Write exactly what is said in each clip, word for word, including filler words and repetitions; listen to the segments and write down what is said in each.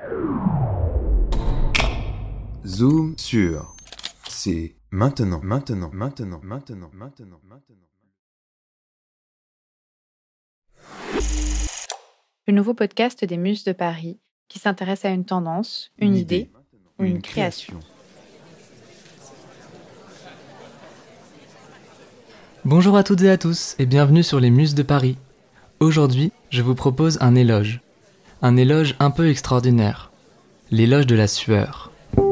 Zoom sur. C'est maintenant, maintenant, maintenant, maintenant, maintenant, maintenant. Le nouveau podcast des Muses de Paris qui s'intéresse à une tendance, une, une idée, idée ou une, une création. création. Bonjour à toutes et à tous et bienvenue sur les Muses de Paris. Aujourd'hui, je vous propose un éloge. Un éloge un peu extraordinaire. L'éloge de la sueur.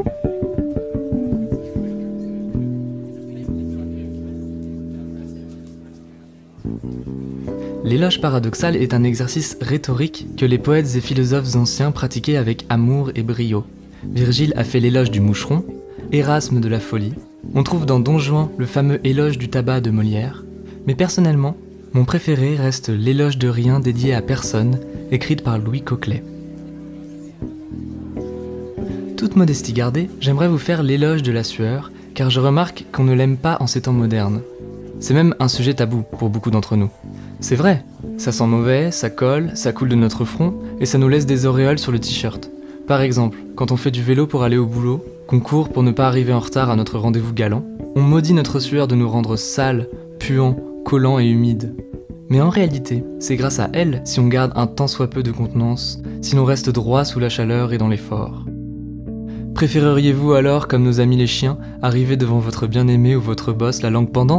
L'éloge paradoxal est un exercice rhétorique que les poètes et philosophes anciens pratiquaient avec amour et brio. Virgile a fait l'éloge du moucheron, Érasme de la folie. On trouve dans Don Juan le fameux éloge du tabac de Molière. Mais personnellement, mon préféré reste l'éloge de rien dédié à personne, écrite par Louis Coquelet. Toute modestie gardée, j'aimerais vous faire l'éloge de la sueur, car je remarque qu'on ne l'aime pas en ces temps modernes. C'est même un sujet tabou pour beaucoup d'entre nous. C'est vrai, ça sent mauvais, ça colle, ça coule de notre front, et ça nous laisse des auréoles sur le t-shirt. Par exemple, quand on fait du vélo pour aller au boulot, qu'on court pour ne pas arriver en retard à notre rendez-vous galant, on maudit notre sueur de nous rendre sales, puants, collants et humides. Mais en réalité, c'est grâce à elle si on garde un tant soit peu de contenance, si l'on reste droit sous la chaleur et dans l'effort. Préféreriez-vous alors, comme nos amis les chiens, arriver devant votre bien-aimé ou votre boss la langue pendante ?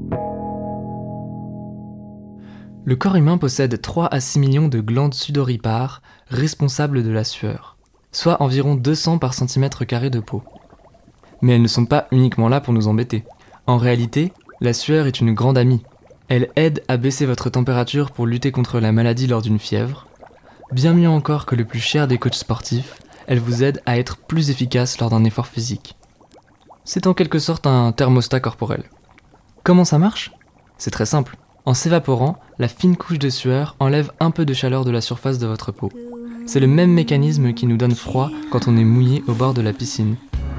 Le corps humain possède trois à six millions de glandes sudoripares responsables de la sueur, soit environ deux cents par centimètre carré de peau. Mais elles ne sont pas uniquement là pour nous embêter. En réalité, la sueur est une grande amie. Elle aide à baisser votre température pour lutter contre la maladie lors d'une fièvre. Bien mieux encore que le plus cher des coachs sportifs, elle vous aide à être plus efficace lors d'un effort physique. C'est en quelque sorte un thermostat corporel. Comment ça marche ? C'est très simple. En s'évaporant, la fine couche de sueur enlève un peu de chaleur de la surface de votre peau. C'est le même mécanisme qui nous donne froid quand on est mouillé au bord de la piscine.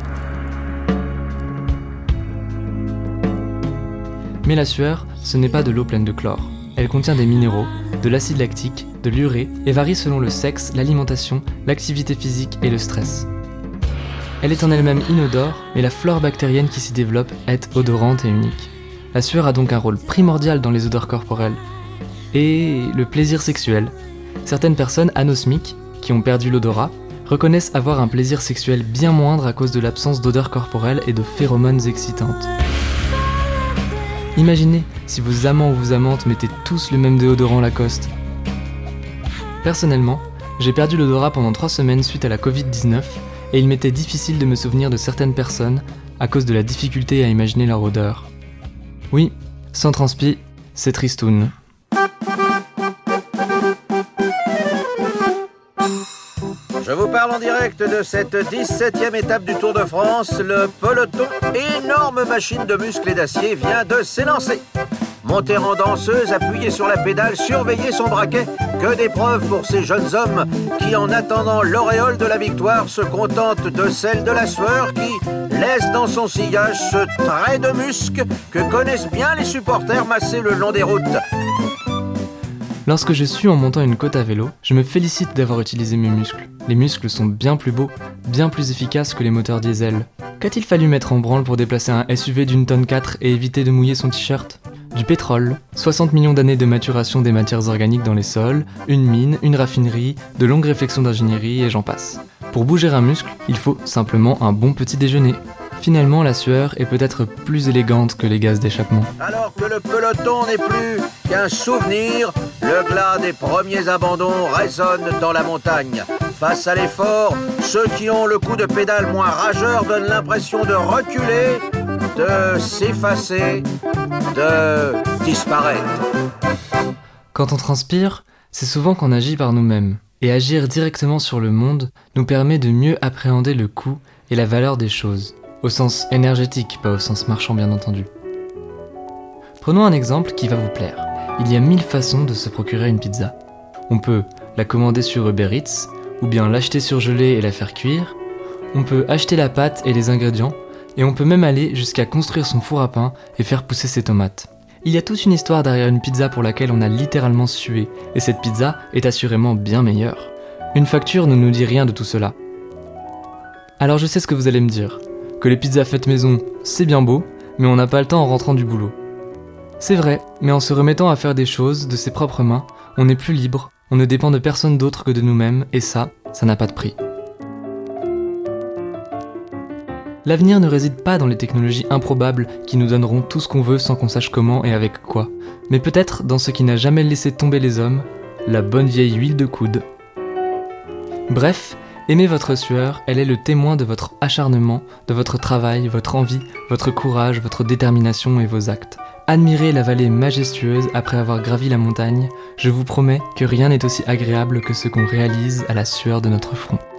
Mais la sueur, ce n'est pas de l'eau pleine de chlore. Elle contient des minéraux, de l'acide lactique, de l'urée et varie selon le sexe, l'alimentation, l'activité physique et le stress. Elle est en elle-même inodore, mais la flore bactérienne qui s'y développe est odorante et unique. La sueur a donc un rôle primordial dans les odeurs corporelles. Et le plaisir sexuel. Certaines personnes anosmiques, qui ont perdu l'odorat, reconnaissent avoir un plaisir sexuel bien moindre à cause de l'absence d'odeurs corporelles et de phéromones excitantes. Imaginez si vos amants ou vos amantes mettaient tous le même déodorant Lacoste. Personnellement, j'ai perdu l'odorat pendant trois semaines suite à la covid dix-neuf et il m'était difficile de me souvenir de certaines personnes à cause de la difficulté à imaginer leur odeur. Oui, sans transpi, c'est tristoun. Je vous parle en direct de cette dix-septième étape du Tour de France. Le peloton, énorme machine de muscles et d'acier, vient de s'élancer. Monter en danseuse, appuyer sur la pédale, surveiller son braquet. Que d'épreuves pour ces jeunes hommes qui, en attendant l'auréole de la victoire, se contentent de celle de la sueur qui laisse dans son sillage ce trait de musc que connaissent bien les supporters massés le long des routes. Lorsque je suis en montant une côte à vélo, je me félicite d'avoir utilisé mes muscles. Les muscles sont bien plus beaux, bien plus efficaces que les moteurs diesel. Qu'a-t-il fallu mettre en branle pour déplacer un S U V d'une tonne quatre et éviter de mouiller son t-shirt ? Du pétrole, soixante millions d'années de maturation des matières organiques dans les sols, une mine, une raffinerie, de longues réflexions d'ingénierie et j'en passe. Pour bouger un muscle, il faut simplement un bon petit déjeuner. Finalement, la sueur est peut-être plus élégante que les gaz d'échappement. Alors que le peloton n'est plus qu'un souvenir, le glas des premiers abandons résonne dans la montagne. Face à l'effort, ceux qui ont le coup de pédale moins rageur donnent l'impression de reculer, de s'effacer, de disparaître. Quand on transpire, c'est souvent qu'on agit par nous-mêmes. Et agir directement sur le monde nous permet de mieux appréhender le coût et la valeur des choses. Au sens énergétique, pas au sens marchand bien entendu. Prenons un exemple qui va vous plaire. Il y a mille façons de se procurer une pizza. On peut la commander sur Uber Eats, ou bien l'acheter surgelée et la faire cuire. On peut acheter la pâte et les ingrédients, et on peut même aller jusqu'à construire son four à pain et faire pousser ses tomates. Il y a toute une histoire derrière une pizza pour laquelle on a littéralement sué, et cette pizza est assurément bien meilleure. Une facture ne nous dit rien de tout cela. Alors je sais ce que vous allez me dire, que les pizzas faites maison, c'est bien beau, mais on n'a pas le temps en rentrant du boulot. C'est vrai, mais en se remettant à faire des choses de ses propres mains, on est plus libre, on ne dépend de personne d'autre que de nous-mêmes, et ça, ça n'a pas de prix. L'avenir ne réside pas dans les technologies improbables qui nous donneront tout ce qu'on veut sans qu'on sache comment et avec quoi, mais peut-être dans ce qui n'a jamais laissé tomber les hommes, la bonne vieille huile de coude. Bref, aimez votre sueur, elle est le témoin de votre acharnement, de votre travail, votre envie, votre courage, votre détermination et vos actes. Admirez la vallée majestueuse après avoir gravi la montagne, je vous promets que rien n'est aussi agréable que ce qu'on réalise à la sueur de notre front.